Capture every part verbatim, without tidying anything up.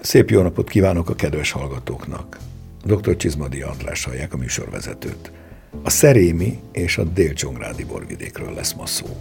Szép jó napot kívánok a kedves hallgatóknak! doktor Csizmadi András hallják, a műsorvezetőt. A szerémi és a dél-csongrádi borvidékről lesz ma szó.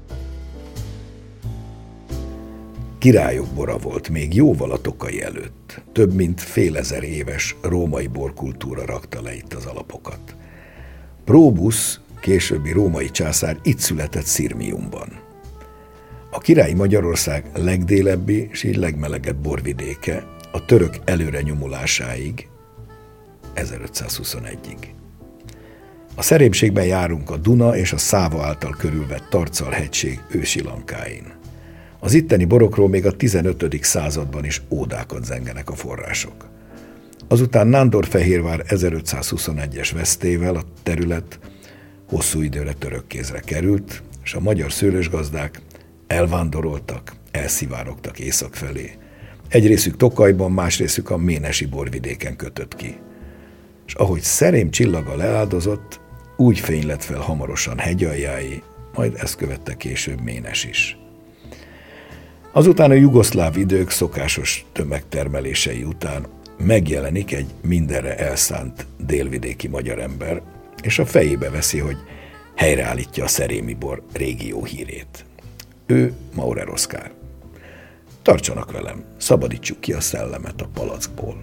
Királyok bora volt még jóval a Tokai előtt. Több mint félezer éves római borkultúra rakta le itt az alapokat. Próbusz, későbbi római császár itt született Sirmiumban. A királyi Magyarország legdélebbi és így legmelegebb borvidéke a török előre nyomulásáig, ezerötszázhuszonegyig. A szerémségben járunk a Duna és a Száva által körülvett Tarcal-hegység ősi lankáin. Az itteni borokról még a tizenötödik században is ódákat zengenek a források. Azután Nándorfehérvár ezerötszázhuszonegyes vesztével a terület hosszú időre török kézre került, és a magyar szőlősgazdák elvándoroltak, elszivárogtak észak felé. Egy részük Tokajban, más részük a ménesi borvidéken kötött ki. És ahogy szerém csillaga leáldozott, úgy fény lett fel hamarosan hegyaljái, majd ezt követte később Ménes is. Azután a jugoszláv idők szokásos tömegtermelései után megjelenik egy mindenre elszánt délvidéki magyar ember, és a fejébe veszi, hogy helyreállítja a szerémi bor régió hírét. Ő Maurer Oszkár. Tartsanak velem, szabadítsuk ki a szellemet a palackból.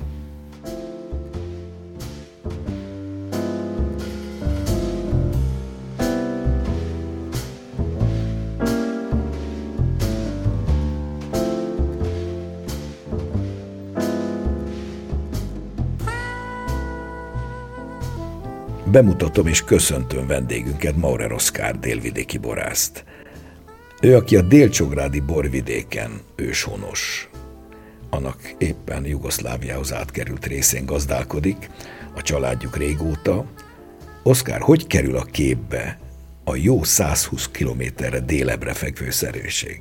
Bemutatom és köszöntöm vendégünket, Maurer Oszkár délvidéki borászt. Ő, aki a dél-csongrádi borvidéken őshonos, annak éppen Jugoszláviához átkerült részén gazdálkodik, a családjuk régóta. Oszkár, hogy kerül a képbe a jó százhúsz kilométerre délebbre fekvő szerőség?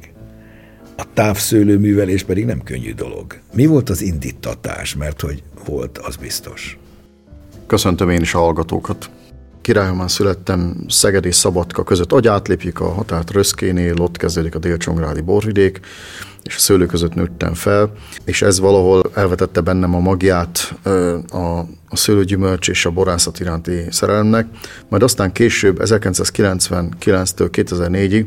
A távszőlőművelés pedig nem könnyű dolog. Mi volt az indítatás, mert hogy volt, az biztos. Köszöntöm én is a hallgatókat. Királyomán születtem, Szeged és Szabadka között, ahogy átlépjük a határt Röszkénél, ott kezdődik a dél-csongrádi borvidék, és a szőlő között nőttem fel, és ez valahol elvetette bennem a magját a, a szőlőgyümölcs és a borászat iránti szerelemnek, majd aztán később ezerkilencszázkilencvenkilenctől kétezer-négyig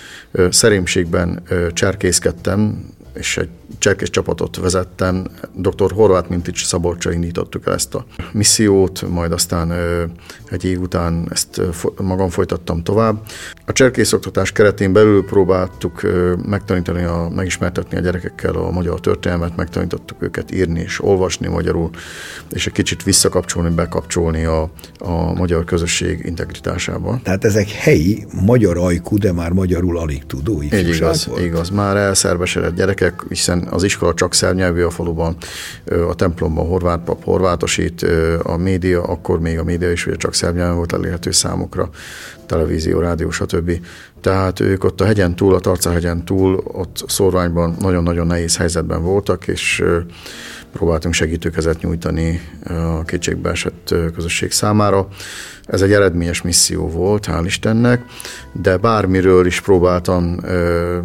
szerémségben cserkészkedtem, és egy cserkész csapatot vezettem, dr. Horváth Mintics Szabolcsa indítottuk el ezt a missziót, majd aztán egy év után ezt magam folytattam tovább. A cserkészoktatás keretén belül próbáltuk megtanítani, a, megismertetni a gyerekekkel a magyar történelmet, megtanítottuk őket írni és olvasni magyarul, és egy kicsit visszakapcsolni, bekapcsolni a, a magyar közösség integritásába. Tehát ezek helyi, magyar ajkú, de már magyarul alig tudó ifjúság igaz, volt. igaz, már elszervesedett gyerekek, hiszen az iskola csak szerbnyelvű a faluban, a templomban horvát pap horvátosít, a média, akkor még a média is ugye csak szerbnyelven volt elérhető számukra, televízió, rádió, stb. Tehát ők ott a hegyen túl, a Tarcal-hegyen túl, ott Szorványban nagyon-nagyon nehéz helyzetben voltak, és próbáltunk segítőkezet nyújtani a kétségbeesett közösség számára. Ez egy eredményes misszió volt, hál' Istennek, de bármiről is próbáltam ö,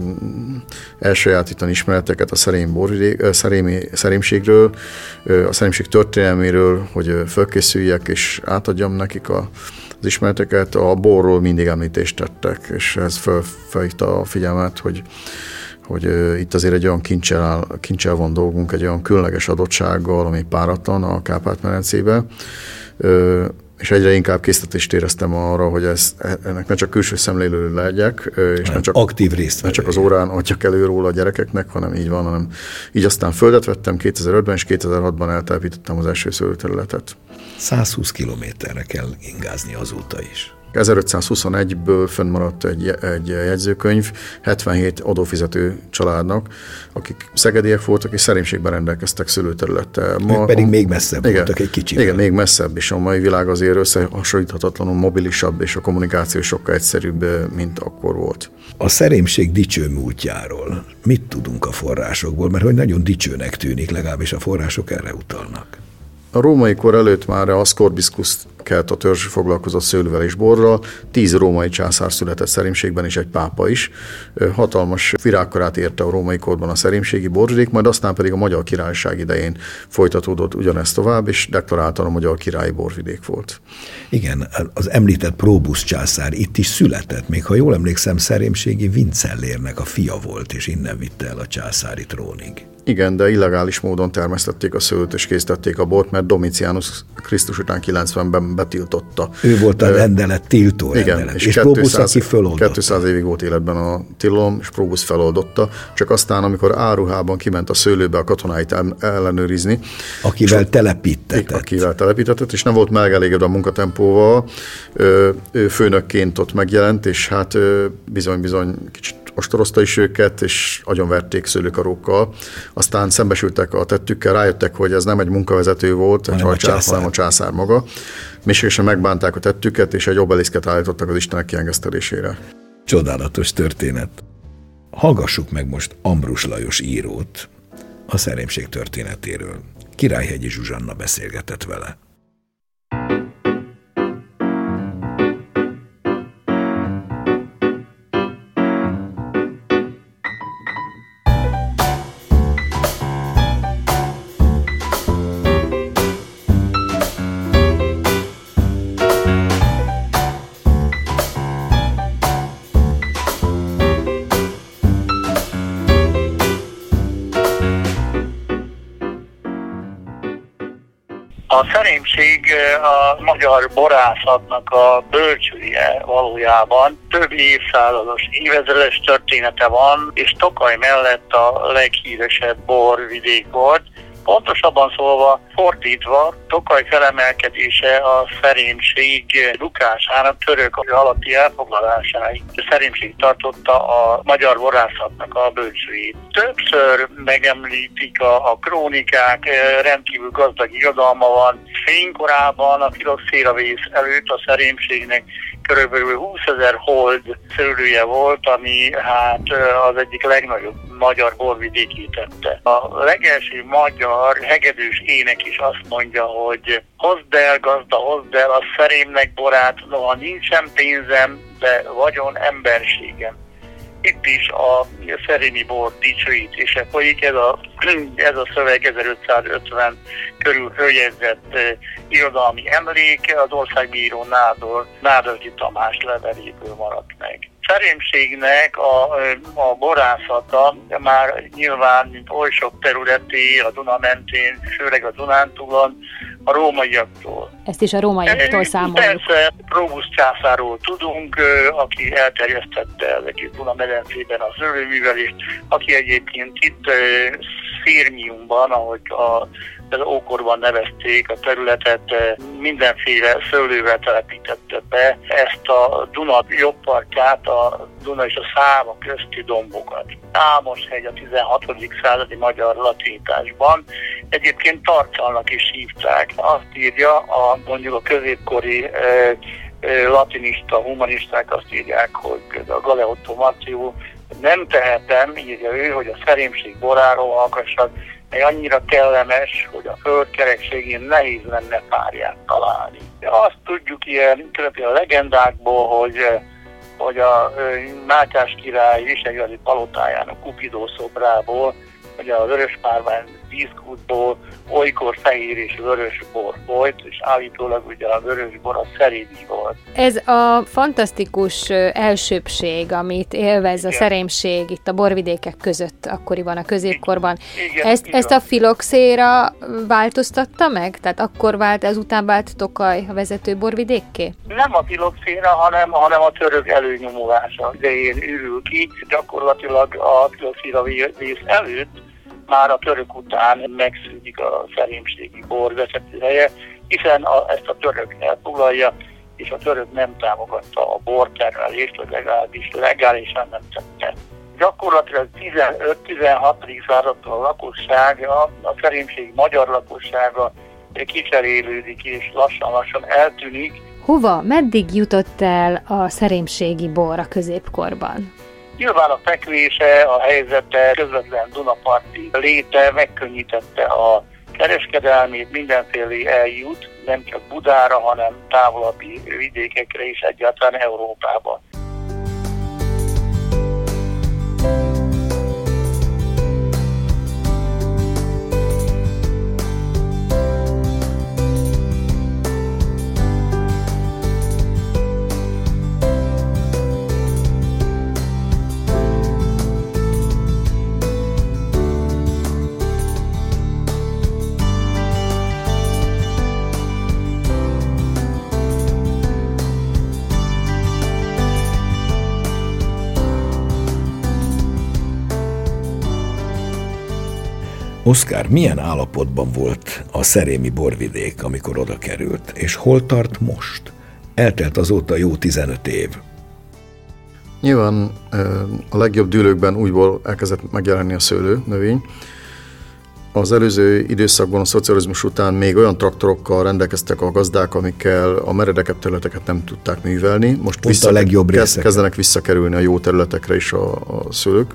elsajátítani ismereteket a szerém borvidék, ö, szerémi, szerémségről, ö, a szerémség történelméről, hogy fölkészüljek és átadjam nekik a, az ismereteket. A borról mindig említést tettek, és ez felhívta a figyelmet, hogy hogy uh, itt azért egy olyan kincsel, áll, kincsel van dolgunk, egy olyan különleges adottsággal, ami páratlan a Kárpát-medencébe, uh, és egyre inkább késztetést éreztem arra, hogy ez, ennek ne csak külső szemlélő legyek, uh, és ne csak, aktív részt ne csak az órán adjak elő róla a gyerekeknek, hanem így van, hanem így aztán földet vettem kétezer-ötben, és kétezer-hatban eltelepítettem az első szőlőterületet. százhúsz kilométerre kell ingázni azóta is. ezerötszázhuszonegyből fönnmaradt egy, egy jegyzőkönyv hetvenhét adófizető családnak, akik szegediek voltak, és szerémségben rendelkeztek szőlőterülettel. Ma, ők pedig a, még messzebb igen, voltak egy kicsivel. Igen, még messzebb is. A mai világ azért összehasonlíthatatlanul mobilisabb, és a kommunikáció sokkal egyszerűbb, mint akkor volt. A szerémség dicső múltjáról mit tudunk a forrásokból? Mert hogy nagyon dicsőnek tűnik, legalábbis a források erre utalnak. A római kor előtt már a Scorbiscus kelt a törzs foglalkozott szőlővel és borral, tíz római császár született szerémségben és egy pápa is. Hatalmas virágkorát érte a római korban a szerémségi borvidék, majd aztán pedig a Magyar Királyság idején folytatódott ugyanezt tovább, és deklaráltan a magyar királyi borvidék volt. Igen, az említett Probus császár itt is született, még ha jól emlékszem, szerémségi Vincellérnek a fia volt, és innen vitte el a császári trónig. Igen, de illegális módon termesztették a szőlőt és készítették a bort, mert Domitianus Krisztus után kilencvenben betiltotta. Ő volt a rendelet, tiltó igen, rendelet, és, és Probus, aki feloldotta. kétszáz évig volt életben a tilalom, és Probus feloldotta, csak aztán, amikor áruhában kiment a szőlőbe a katonáit ellenőrizni. Akivel telepítetett. Akivel telepítetett, és nem volt megelégedve a munkatempóval, ő főnökként ott megjelent, és hát bizony-bizony kicsit ostorozta is őket, és agyonverték szőlőkarókkal. Aztán szembesültek a tettükkel, rájöttek, hogy ez nem egy munkavezető volt, egy hajcsász, hanem a császár maga. Mélységesen megbánták a tettüket, és egy obeliszket állítottak az istenek kiengesztelésére. Csodálatos történet. Hallgassuk meg most Ambrus Lajos írót a szerémség történetéről. Királyhegyi Zsuzsanna beszélgetett vele. A szerémség a magyar borászatnak a bölcsője valójában. Több évszázados, évezredes története van, és Tokaj mellett a leghíresebb borvidék volt. Pontosabban szólva, fordítva, Tokaj felemelkedése a szerémség bukásának, török alatti elfoglalásáig. A szerémség tartotta a magyar borászatnak a bölcsőjét. Többször megemlítik a, a krónikák, rendkívül gazdag irodalma van. Fénykorában, a filoxéravész előtt a szerémségnek körülbelül húszezer hold szőlője volt, ami hát az egyik legnagyobb magyar borvidékét tette. A legelső magyar hegedűs ének is azt mondja, hogy hozd el, gazda, hozd el a szerémnek borát, noha nincsen pénzem, de vagyon emberségem. Itt is a szerémi bor dicsőítése folyik, ez a, ez a szöveg ezerötszázötven körül följegyzett eh, irodalmi emlék, az országbíró Nádor, Nádasdy Tamás leveléből maradt meg. Szerémségnek a, a borászata már nyilván, mint oly sok területé, a Duna mentén, főleg a Dunántúlon, a rómaiaktól. Ezt is a rómaiaktól számoljuk. Persze, Probus császárról tudunk, aki elterjesztette az egész Duna medencében a szőlőművelést, aki egyébként itt Szirmiumban, ahogy a az ókorban nevezték a területet, mindenféle szőlővel telepítette be ezt a Duna jobb partját, a Duna és a Száva közti dombokat. Álmoshegy a tizenhatodik századi magyar latinításban. Egyébként Tarcalnak is hívták. Azt írja, a, mondjuk a középkori eh, eh, latinista, humanisták azt írják, hogy a Galeotto Matteo nem tehetem, írja ő, hogy a szerémség boráról hallgassak, mely annyira kellemes, hogy a föld kerekségén nehéz lenne párját találni. De azt tudjuk ilyen a legendákból, hogy, hogy a Mátyás király visegrádi palotájának Kupidó szobrából, hogy a vöröspárvány vízkútból olykor fehér és vörös bor volt, és állítólag ugye a vörös bor a szerémi volt. Ez a fantasztikus elsőbbség, amit élvez igen. a szerémség itt a borvidékek között akkoriban, a középkorban. Igen, ezt, ezt a filoxéra változtatta meg? Tehát akkor vált, ezután vált Tokaj a vezető borvidékké? Nem a filoxéra, hanem, hanem a török előnyomulása idején ürül ki. Gyakorlatilag a filoxéra vész előtt már a török után megszűnik a szerémségi bor vezetőhelye, hiszen a, ezt a török elfoglalja, és a török nem támogatta a bortermelést, vagy legalábbis legálisan nem tette. Gyakorlatilag tizenöt-tizenhatodik századtól a lakossága, a szerémség magyar lakossága kicserélődik, és lassan-lassan eltűnik. Hova, meddig jutott el a szerémségi bor a középkorban? Nyilván a fekvése, a helyzete, közvetlen dunaparti léte megkönnyítette a kereskedelmi, mindenféle eljut, nem csak Budára, hanem távolabbi vidékekre is, egyáltalán Európában. Oszkár, milyen állapotban volt a szerémi borvidék, amikor oda került, és hol tart most? Eltelt azóta jó tizenöt év. Nyilván a legjobb dűlőkben újból elkezdett megjelenni a szőlő növény. Az előző időszakban, a szocializmus után még olyan traktorokkal rendelkeztek a gazdák, amikkel a meredekebb területeket nem tudták művelni. Most vissza, a legjobb részek. Kezdenek visszakerülni a jó területekre is a, a szőlők.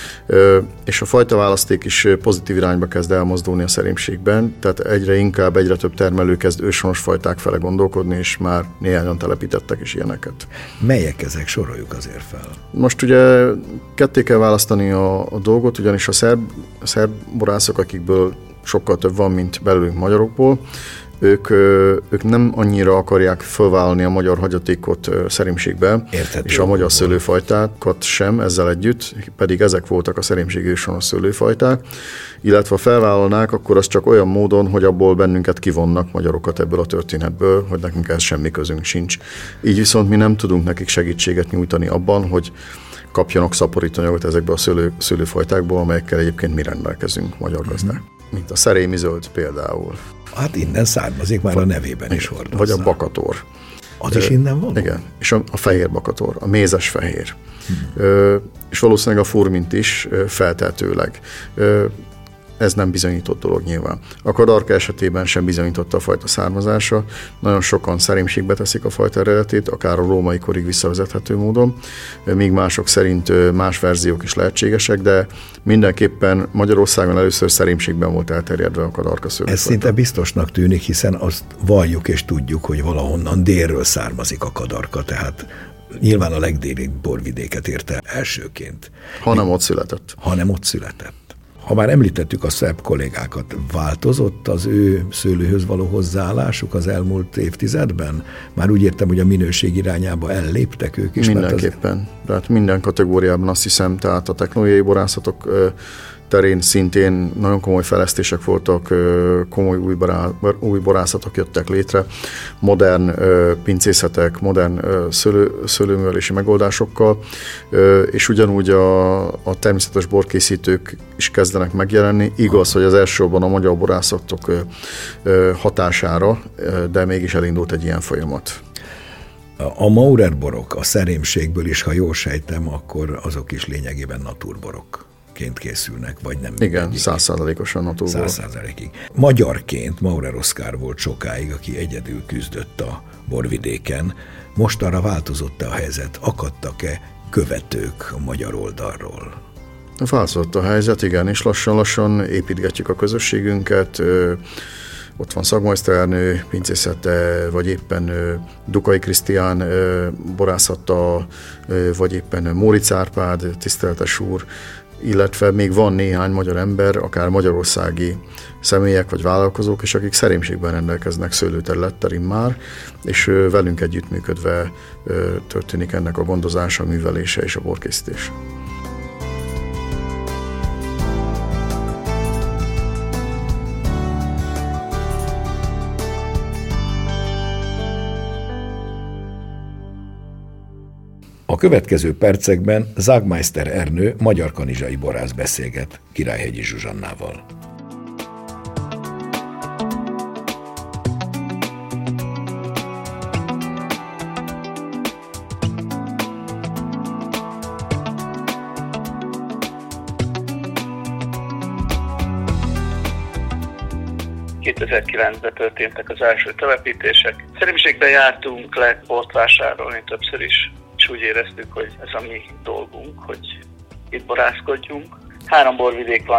És a fajtaválaszték is pozitív irányba kezd elmozdulni a szerémségben, tehát egyre inkább, egyre több termelő kezd őshonos fajták fele gondolkodni, és már néhányan telepítettek is ilyeneket. Melyek ezek? Soroljuk azért fel. Most ugye ketté kell választani a, a dolgot, ugyanis a szerb, a szerb borászok, akikből sokkal több van, mint belőlünk magyarokból, Ők, ők nem annyira akarják felvállalni a magyar hagyatékot szerémségbe, Érthető és a magyar szőlőfajtákat sem ezzel együtt, pedig ezek voltak a szerémségi őshonos szőlőfajták, illetve ha felvállalnák, akkor az csak olyan módon, hogy abból bennünket kivonnak, magyarokat ebből a történetből, hogy nekünk ez semmi közünk sincs. Így viszont mi nem tudunk nekik segítséget nyújtani abban, hogy kapjanak szaporítóanyagot ezekből a szőlő, szőlőfajtákból, amelyekkel egyébként mi rendelkezünk, magyar gazdák. Mint a szerémi zöld például. Hát innen származik, már a nevében is hordozza. Vagy a bakator. Az is innen van? Igen, és a, a fehér bakator, a mézes fehér. Hmm. Ö, és valószínűleg a furmint is feltehetőleg. Ö, ez nem bizonyított dolog nyilván. A kadarka esetében sem bizonyította a fajta származása. Nagyon sokan szerémségbe teszik a fajta eredetét, akár a római korig visszavezethető módon, míg mások szerint más verziók is lehetségesek, de mindenképpen Magyarországon először szerémségben volt elterjedve a kadarka szőlőfajta. Ez szinte biztosnak tűnik, hiszen azt valljuk és tudjuk, hogy valahonnan délről származik a kadarka, tehát nyilván a legdélibb borvidéket érte elsőként. Ha nem ott született. Ha nem ott született. Ha már említettük a szerb kollégákat, változott az ő szőlőhöz való hozzáállásuk az elmúlt évtizedben? Már úgy értem, hogy a minőség irányába elléptek ők is. Mindenképpen. Az... Tehát minden kategóriában azt hiszem, tehát a technológiai borászatok terén szintén nagyon komoly fejlesztések voltak, komoly új, borá, új borászatok jöttek létre, modern pincészetek, modern szőlő, szőlőművelési megoldásokkal, és ugyanúgy a, a természetes borkészítők is kezdenek megjelenni. Igaz, hogy az elsősorban a magyar borászatok hatására, de mégis elindult egy ilyen folyamat. A Maurer borok a szerémségből is, ha jól sejtem, akkor azok is lényegében naturborok. Ként készülnek, vagy nem. Igen, száz százalékosan naturborok. Száz százalékig. Magyarként Maurer Oszkár volt sokáig, aki egyedül küzdött a borvidéken. Most arra változott-e a helyzet? Akadtak-e követők a magyar oldalról? Változott a helyzet, igen, és lassan-lassan építgetjük a közösségünket. Ott van Szagmajszter Ernő pincészete, vagy éppen Dukai Krisztián borászata, vagy éppen Móricz Árpád, tiszteletes úr, illetve még van néhány magyar ember, akár magyarországi személyek vagy vállalkozók, és akik szerémségben rendelkeznek szőlőterülettel immár, és velünk együttműködve történik ennek a gondozása, a művelése és a borkészítés. A következő percekben Szagmajszter Ernő magyar kanizsai borász beszélget Királyhegyi Zsuzsannával. kétezer-kilencben történtek az első telepítések. Szerémségben jártunk le bort vásárolni többször is, és úgy éreztük, hogy ez a mi dolgunk, hogy itt borászkodjunk. Három borvidék van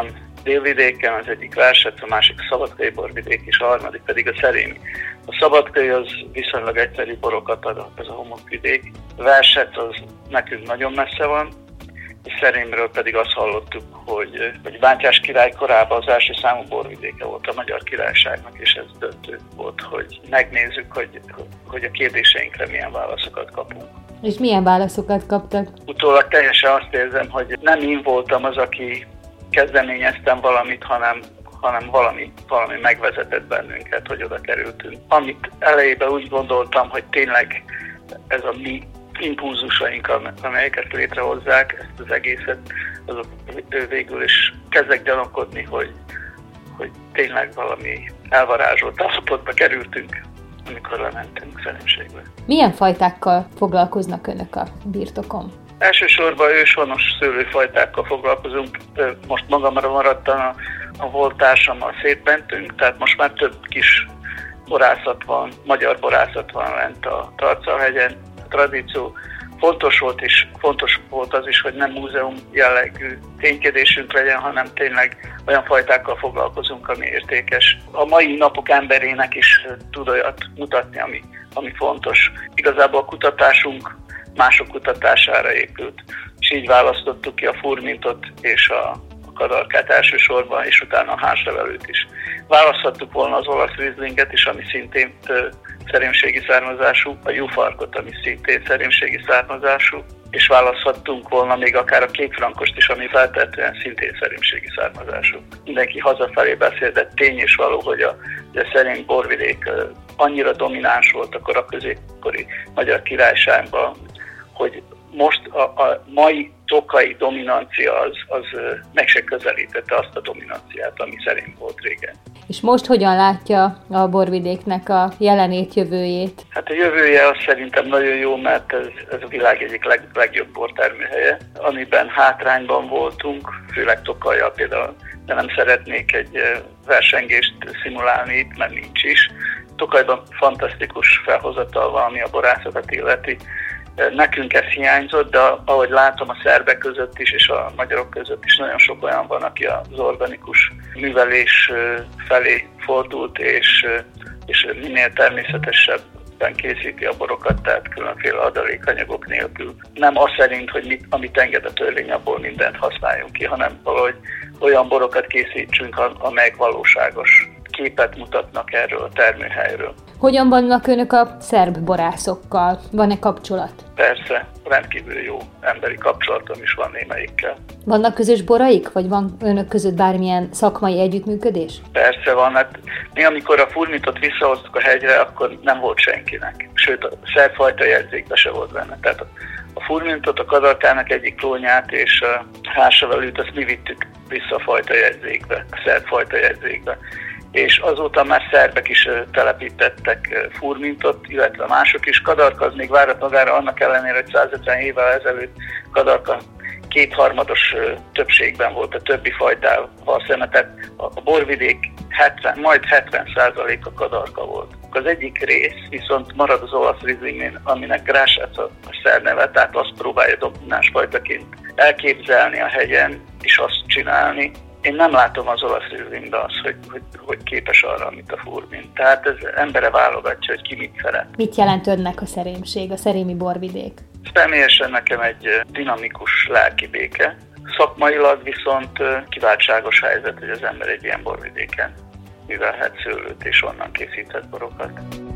délvidéken, az egyik Versec, a másik a szabadkai borvidék, és a harmadik pedig a szerémi. A szabadkai az viszonylag egyszerű borokat ad, ez a homokvidék. A Versec az nekünk nagyon messze van, és Szerémről pedig azt hallottuk, hogy, hogy Bántyás király korában az első számú borvidéke volt a Magyar Királyságnak, és ez döntő volt, hogy megnézzük, hogy, hogy a kérdéseinkre milyen válaszokat kapunk. És milyen válaszokat kaptak? Utólag teljesen azt érzem, hogy nem én voltam az, aki kezdeményeztem valamit, hanem, hanem valami, valami megvezetett bennünket, hogy oda kerültünk. Amit elejében úgy gondoltam, hogy tényleg ez a mi impulzusaink, amelyeket létrehozzák, ezt az egészet, azok végül is kezdek gyanakodni, hogy, hogy tényleg valami elvarázsolt állapotba kerültünk, amikor lementünk Szerémségbe. Milyen fajtákkal foglalkoznak önök a birtokon? Elsősorban őshonos szőlőfajtákkal foglalkozunk. Most magamra maradtan a, a volt társammal szétmentünk, tehát most már több kis borászat van, magyar borászat van lent a Tarcalhegyen. A tradíció fontos volt, és fontos volt az is, hogy nem múzeum jellegű ténykedésünk legyen, hanem tényleg olyan fajtákkal foglalkozunk, ami értékes. A mai napok emberének is tud olyat mutatni, ami, ami fontos. Igazából a kutatásunk mások kutatására épült, és így választottuk ki a furmintot és a kadarkát elsősorban, és utána a hárslevelőt is. Választhattuk volna az olasz rizlinget is, ami szintén ö, szerémségi származású, a jufarkot, ami szintén szerémségi származású, és választhattunk volna még akár a kékfrankost is, ami feltehetően szintén szerémségi származású. Mindenki hazafelé beszél, de tény és való, hogy a, a szerém borvidék ö, annyira domináns volt akkor a középkori Magyar Királyságban, hogy most a, a mai tokai dominancia az, az meg se közelítette azt a dominanciát, ami szerint volt régen. És most hogyan látja a borvidéknek a jelenét, jövőjét? Hát a jövője az szerintem nagyon jó, mert ez, ez a világ egyik leg, legjobb bortermőhelye, amiben hátrányban voltunk, főleg Tokaljal például, de nem szeretnék egy versengést szimulálni itt, mert nincs is. Tokajban fantasztikus felhozatal van, ami a borászatot illeti. Nekünk ez hiányzott, de ahogy látom, a szerbek között is és a magyarok között is nagyon sok olyan van, aki az organikus művelés felé fordult, és, és minél természetesebben készíti a borokat, tehát különféle adalékanyagok nélkül. Nem az szerint, hogy mit, amit enged a törvény, abból mindent használjunk ki, hanem valahogy olyan borokat készítsünk, amelyek valóságos képet mutatnak erről a termőhelyről. Hogyan vannak önök a szerb borászokkal? Van-e kapcsolat? Persze, rendkívül jó emberi kapcsolatom is van némelyikkel. Vannak közös boraik, vagy van önök között bármilyen szakmai együttműködés? Persze van, hát mi amikor a furmintot visszahoztuk a hegyre, akkor nem volt senkinek. Sőt, a szerbfajta jegyzékbe se volt benne. Tehát a furmintot, a kadarkának egyik klónját és a hársavelőt, azt mi vittük vissza a fajta jegyzékbe, a szerbfajta jegyzékbe. És azóta már szerbek is telepítettek furmintot, illetve mások is. Kadarka az még várat magára, annak ellenére, hogy százötven évvel ezelőtt Kadarka kétharmados többségben volt a többi fajtával szemben, tehát a borvidék hetven, majd hetven százaléka Kadarka volt. Az egyik rész viszont marad az olasz rizlingnél, aminek Grásác a szerneve, tehát azt próbálja domináns fajtaként elképzelni a hegyen, és azt csinálni. Én nem látom az olasz rizlingben azt, hogy, hogy, hogy képes arra, amit a furmin. Tehát ez embere válogatja, hogy ki mit szeret. Mit jelent önnek a szerémség, a szerémi borvidék? Személyesen nekem egy dinamikus lelki béke. Szakmailag viszont kiváltságos helyzet, hogy az ember egy ilyen borvidéken művelhet szőlőt és onnan készíthet borokat.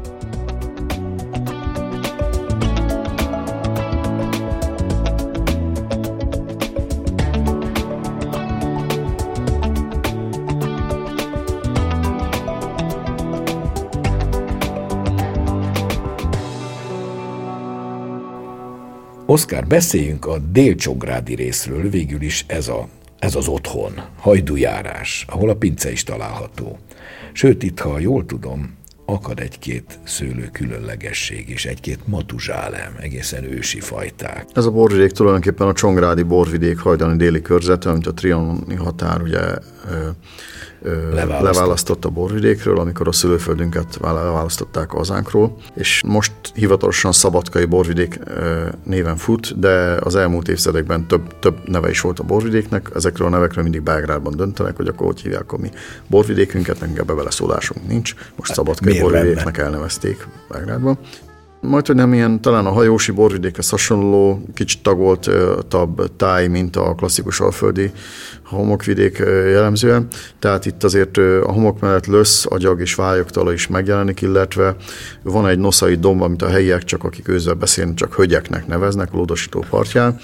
Oszkár, beszéljünk a délcsongrádi részről, végül is ez, a, ez az otthon, Hajdújárás, ahol a pince is található. Sőt, itt, ha jól tudom, akad egy-két szőlő különlegesség és egy-két matuzsálem, egészen ősi fajták. Ez a borvidék tulajdonképpen a csongrádi borvidék hajdani déli körzete, amit a trianoni határ ugye Leválasztott. leválasztott a borvidékről, amikor a szülőföldünket leválasztották hazánkról, és most hivatalosan Szabadkai borvidék néven fut, de az elmúlt évtizedekben több, több neve is volt a borvidéknek, ezekről a nevekről mindig Belgrádban döntenek, hogy akkor hogy hívják a mi borvidékünket, nekünk ebbe beleszólásunk nincs, most Szabadkai borvidéknek elnevezték Belgrádban. Majd, hogy nem ilyen, talán a hajósi borvidékhez hasonló, kicsit tagoltabb táj, mint a klasszikus alföldi homokvidék jellemzően. Tehát itt azért a homok mellett lösz, agyag és vályogtala is megjelenik, illetve van egy noszai domb, amit a helyiek, csak akik őzzel beszélnek, csak högyeknek neveznek, a Lódosító partján.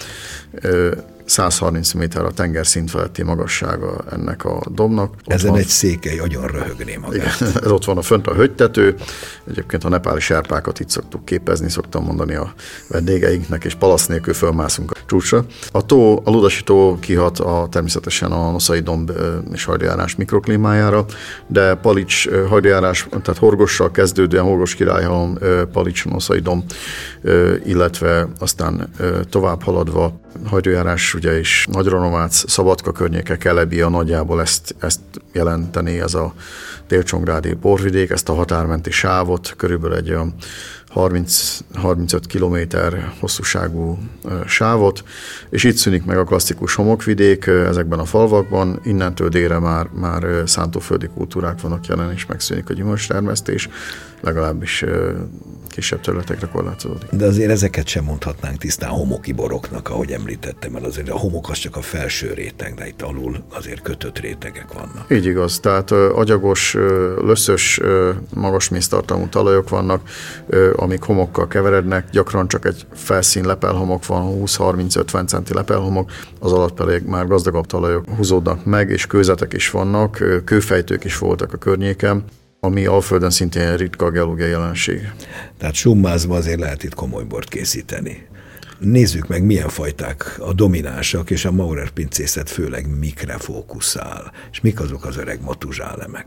száz harminc méter a tengerszint feletti magassága ennek a dombnak. Ott Ezen van, egy székely agyon röhögné magát. Igen, ez ott van a fönt a högytető. Egyébként a nepáli serpákat itt szoktuk képezni, szoktam mondani a vendégeinknek, és palasz nélkül fölmászunk a csúcsra. A tó, a Ludasi-tó kihat a, természetesen a noszai domb és hajdujárás mikroklímájára, de Palics hajdujárás, tehát Horgossal kezdődően Horgos királyhalom, Palics, noszai domb, illetve aztán tovább haladva hajdujárás, ugye is Nagyronomác, Szabadka környéke, Kelebia nagyjából ezt, ezt jelenteni, ez a délcsongrádi borvidék, ezt a határmenti sávot, körülbelül egy olyan harminc-harmincöt kilométer hosszúságú sávot, és itt szűnik meg a klasszikus homokvidék ezekben a falvakban, innentől délre már, már szántóföldi kultúrák vannak jelen, és megszűnik a gyümölcstermesztés, legalábbis kisebb területekre korlátozódik. De azért ezeket sem mondhatnánk tisztán homoki boroknak, ahogy említettem, mert azért a homok az csak a felső réteg, de itt alul azért kötött rétegek vannak. Így igaz, tehát agyagos, löszös, magas méztartalmú talajok vannak, amik homokkal keverednek, gyakran csak egy felszín lepelhomok van, húsz-harminc-ötven centi lepelhomok, az alatt pedig már gazdagabb talajok húzódnak meg, és kőzetek is vannak, kőfejtők is voltak a környéken, ami Alföldön szintén ritka geológiai jelenség. Tehát summázva azért lehet itt komoly bort készíteni. Nézzük meg, milyen fajták a dominánsak, és a Maurer pincészet főleg mikre fókuszál, és mik azok az öreg matuzsálemek.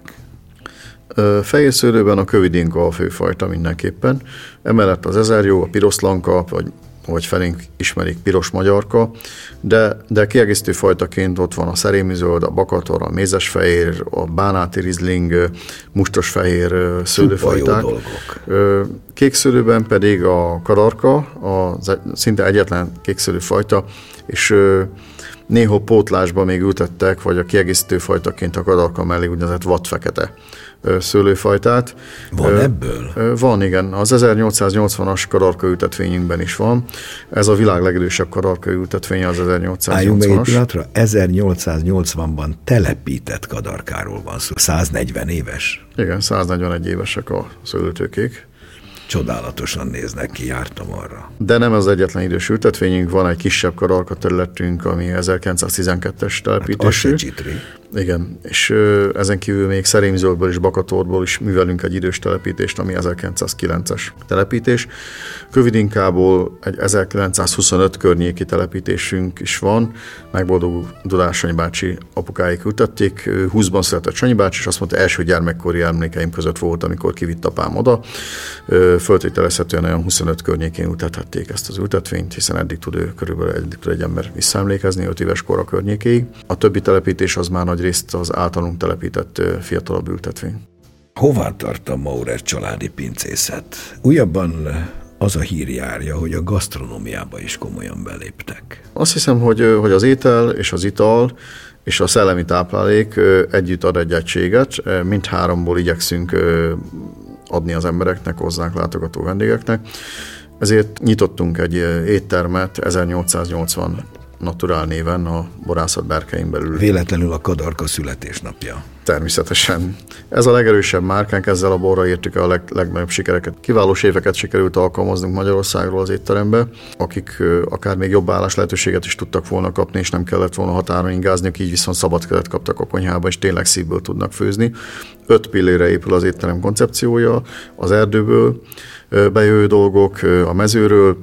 Fehér szőlőben a kövidinka a főfajta mindenképpen, emellett az ezerjó, a piroszlanka, vagy vagy felénk ismerik piros magyarka, de, de kiegészítő fajtaként ott van a szerémizöld, a bakator, a mézesfehér, a bánáti rizling, mustosfehér szőlőfajták. Kékszőlőben pedig a kadarka, a szinte egyetlen kékszőlőfajta, és néha pótlásba még ültettek, vagy a kiegészítő fajtaként a kadarka mellé úgynevezett vadfekete szőlőfajtát. Van ebből? Van, igen. Az ezernyolcszáznyolcvanas kadarka ültetvényünkben is van. Ez a világ legidősebb kadarka ültetvénye az ezernyolcszáznyolcvanas. Álljunk meg egy pillanatra, ezernyolcszáznyolcvanban telepített kadarkáról van szó. száznegyven éves? Igen, száznegyvenegy évesek a szőlőtőkék. Csodálatosan néznek ki, jártam arra. De nem az egyetlen idős ültetvényünk, van egy kisebb kadarka területünk, ami ezerkilencszáztizenkettes telepítésű. Hát az se csitri. Igen, és ö, ezen kívül még szerémzöldből és bakatorból is művelünk egy idős telepítést, ami ezerkilencszázkilences telepítés. Kövidinkából egy ezerkilencszázhuszonöt környéki telepítésünk is van, megboldogulás Sanyi bácsi apukáik ültették, húszban született Sanyi bácsi, és azt mondta, első gyermekkori emlékeim között volt, amikor kivitt apám oda. Föltételezhetően olyan huszonöt környékén ültethették ezt az ültetvényt, hiszen eddig tud ő, körülbelül eddig tud egy ember visszaemlékezni, öt éves kora környékéig. A többi telepítés az már nagy részt az általunk telepített fiatalabb ültetvény. Hová tart a Maurer családi pincészet? Újabban az a hír járja, hogy a gasztronómiába is komolyan beléptek. Azt hiszem, hogy, hogy az étel és az ital és a szellemi táplálék együtt ad egy egységet. Mindháromból igyekszünk adni az embereknek, hozzánk látogató vendégeknek. Ezért nyitottunk egy éttermet ezernyolcszáznyolcvan naturál néven a borászat berkein belül. Véletlenül a kadarka születésnapja. Természetesen. Ez a legerősebb márkánk, ezzel a borra értük el a leg, legnagyobb sikereket. Kiváló séfeket sikerült alkalmaznunk Magyarországról az étterembe, akik akár még jobb állás lehetőséget is tudtak volna kapni, és nem kellett volna határon ingázniuk, így viszont szabad kezet kaptak a konyhába, és tényleg szívből tudnak főzni. Öt pillére épül az étterem koncepciója, az erdőből bejövő dolgok, a mezőről,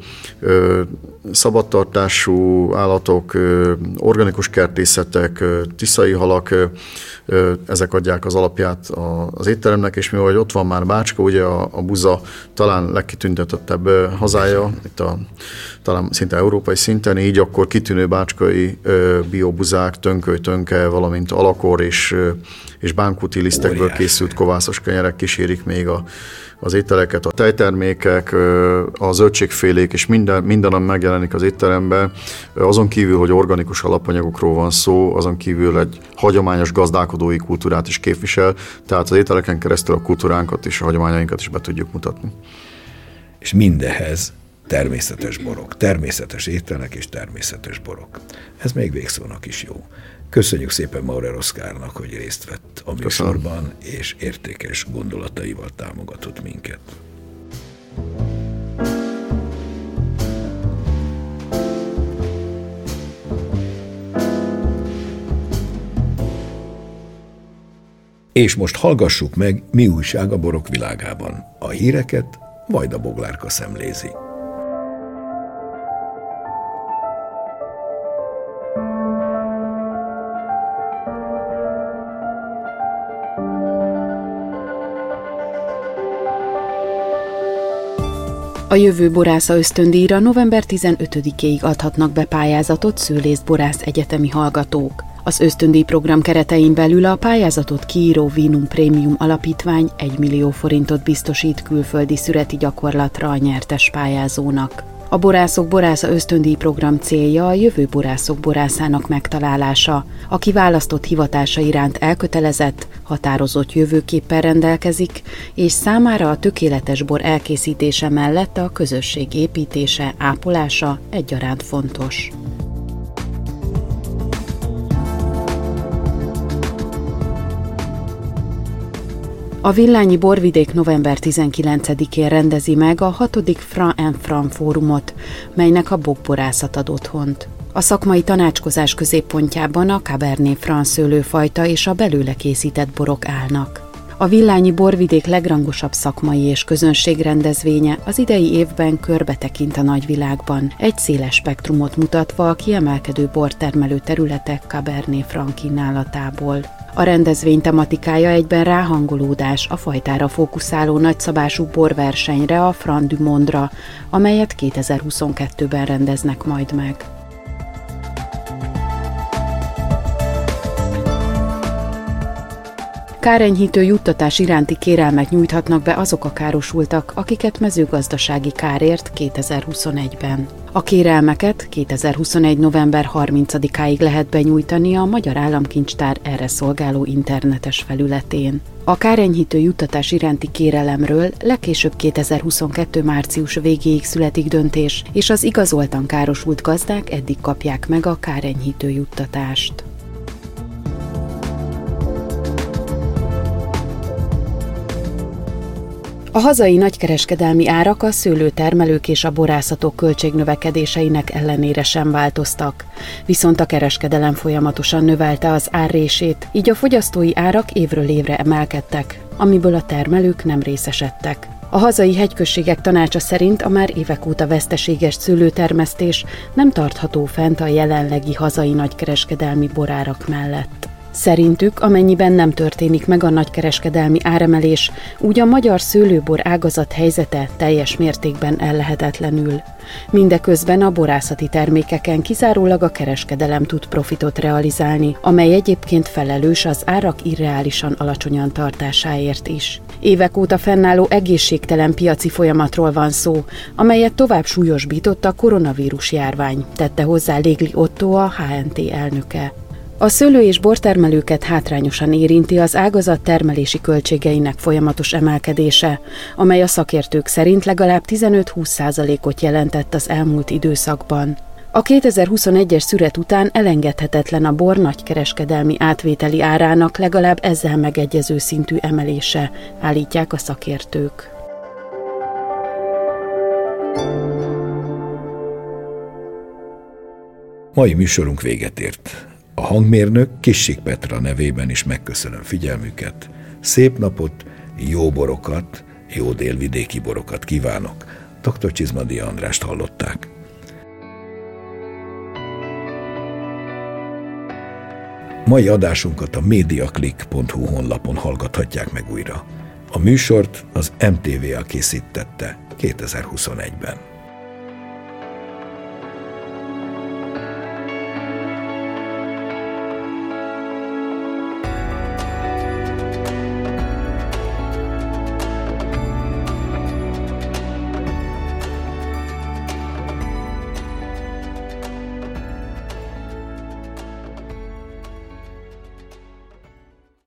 szabadtartású állatok, organikus kertészetek, tiszai halak, ezek adják az alapját az étteremnek, és mivel ott van már Bácska, ugye a, a buza talán legkitüntetettebb hazája, itt a, talán szinte európai szinten, így akkor kitűnő bácskai biobuzák, tönköly-tönke, valamint alakor és, és bánkúti lisztekből Óriás. készült kovászos kenyerek kísérik még a, az ételeket, a tejtermékek, a zöldségfélék, és minden, minden, ami megjelenik az étteremben, azon kívül, hogy organikus alapanyagokról van szó, azon kívül egy hagyományos gazdálkodói kultúrát is képvisel, tehát az ételeken keresztül a kultúránkat és a hagyományainkat is be tudjuk mutatni. És mindehez természetes borok, természetes ételek és természetes borok. Ez még végszónak is jó. Köszönjük szépen Maurer Oszkárnak, hogy részt vett a műsorban, és értékes gondolataival támogatott minket. És most hallgassuk meg, mi újság a borok világában. A híreket Vajda Boglárka szemlézi. A jövő borásza ösztöndíjra november tizenötödikéig adhatnak be pályázatot szőlészborász egyetemi hallgatók. Az ösztöndíj program keretein belül a pályázatot kiíró Vinum Prémium Alapítvány egy millió forintot biztosít külföldi szüreti gyakorlatra a nyertes pályázónak. A Borászok Borásza ösztöndíj program célja a jövő borászok borászának megtalálása, aki választott hivatása iránt elkötelezett, határozott jövőképpel rendelkezik, és számára a tökéletes bor elkészítése mellett a közösség építése, ápolása egyaránt fontos. A Villányi Borvidék november tizenkilencedikén rendezi meg a hatodik Franc and Franc fórumot, melynek a bokborászat ad otthont. A szakmai tanácskozás középpontjában a Cabernet Franc szőlőfajta és a belőle készített borok állnak. A Villányi Borvidék legrangosabb szakmai és közönségrendezvénye az idei évben körbetekint a nagyvilágban, egy széles spektrumot mutatva a kiemelkedő bortermelő területek Cabernet Franc kínálatából. A rendezvény tematikája egyben ráhangolódás a fajtára fókuszáló nagyszabású borversenyre, a Franc du Monde-ra, amelyet kétezer-huszonkettőben rendeznek majd meg. Kárenyhítő juttatás iránti kérelmet nyújthatnak be azok a károsultak, akiket mezőgazdasági kárért kétezer-huszonegyben. A kérelmeket kétezer-huszonegy november harmincadikáig lehet benyújtani a Magyar Államkincstár erre szolgáló internetes felületén. A kárenyhítő juttatás iránti kérelemről legkésőbb kétezer-huszonkettő március végéig születik döntés, és az igazoltan károsult gazdák eddig kapják meg a kárenyhítő juttatást. A hazai nagykereskedelmi árak a szőlőtermelők és a borászatok költségnövekedéseinek ellenére sem változtak, viszont a kereskedelem folyamatosan növelte az árrését, így a fogyasztói árak évről évre emelkedtek, amiből a termelők nem részesedtek. A hazai hegyközségek tanácsa szerint a már évek óta veszteséges szőlőtermesztés nem tartható fent a jelenlegi hazai nagykereskedelmi borárak mellett. Szerintük, amennyiben nem történik meg a nagykereskedelmi áremelés, úgy a magyar szőlőbor ágazat helyzete teljes mértékben ellehetetlenül. Mindeközben a borászati termékeken kizárólag a kereskedelem tud profitot realizálni, amely egyébként felelős az árak irreálisan alacsonyan tartásáért is. Évek óta fennálló egészségtelen piaci folyamatról van szó, amelyet tovább súlyosbított a koronavírus járvány, tette hozzá Légli Otto, a há en té elnöke. A szőlő- és bortermelőket hátrányosan érinti az ágazat termelési költségeinek folyamatos emelkedése, amely a szakértők szerint legalább tizenöt-húsz százalékot jelentett az elmúlt időszakban. A kétezer-huszonegyes szüret után elengedhetetlen a bor nagykereskedelmi átvételi árának legalább ezzel megegyező szintű emelése, állítják a szakértők. Mai műsorunk véget ért. A hangmérnök Kissik Petra nevében is megköszönöm figyelmüket. Szép napot, jó borokat, jó délvidéki borokat kívánok. doktor Csizmadia Andrást hallották. Mai adásunkat a mediaclick pont hu honlapon hallgathatják meg újra. A műsort az em té vé á készítette kétezer-huszonegyben.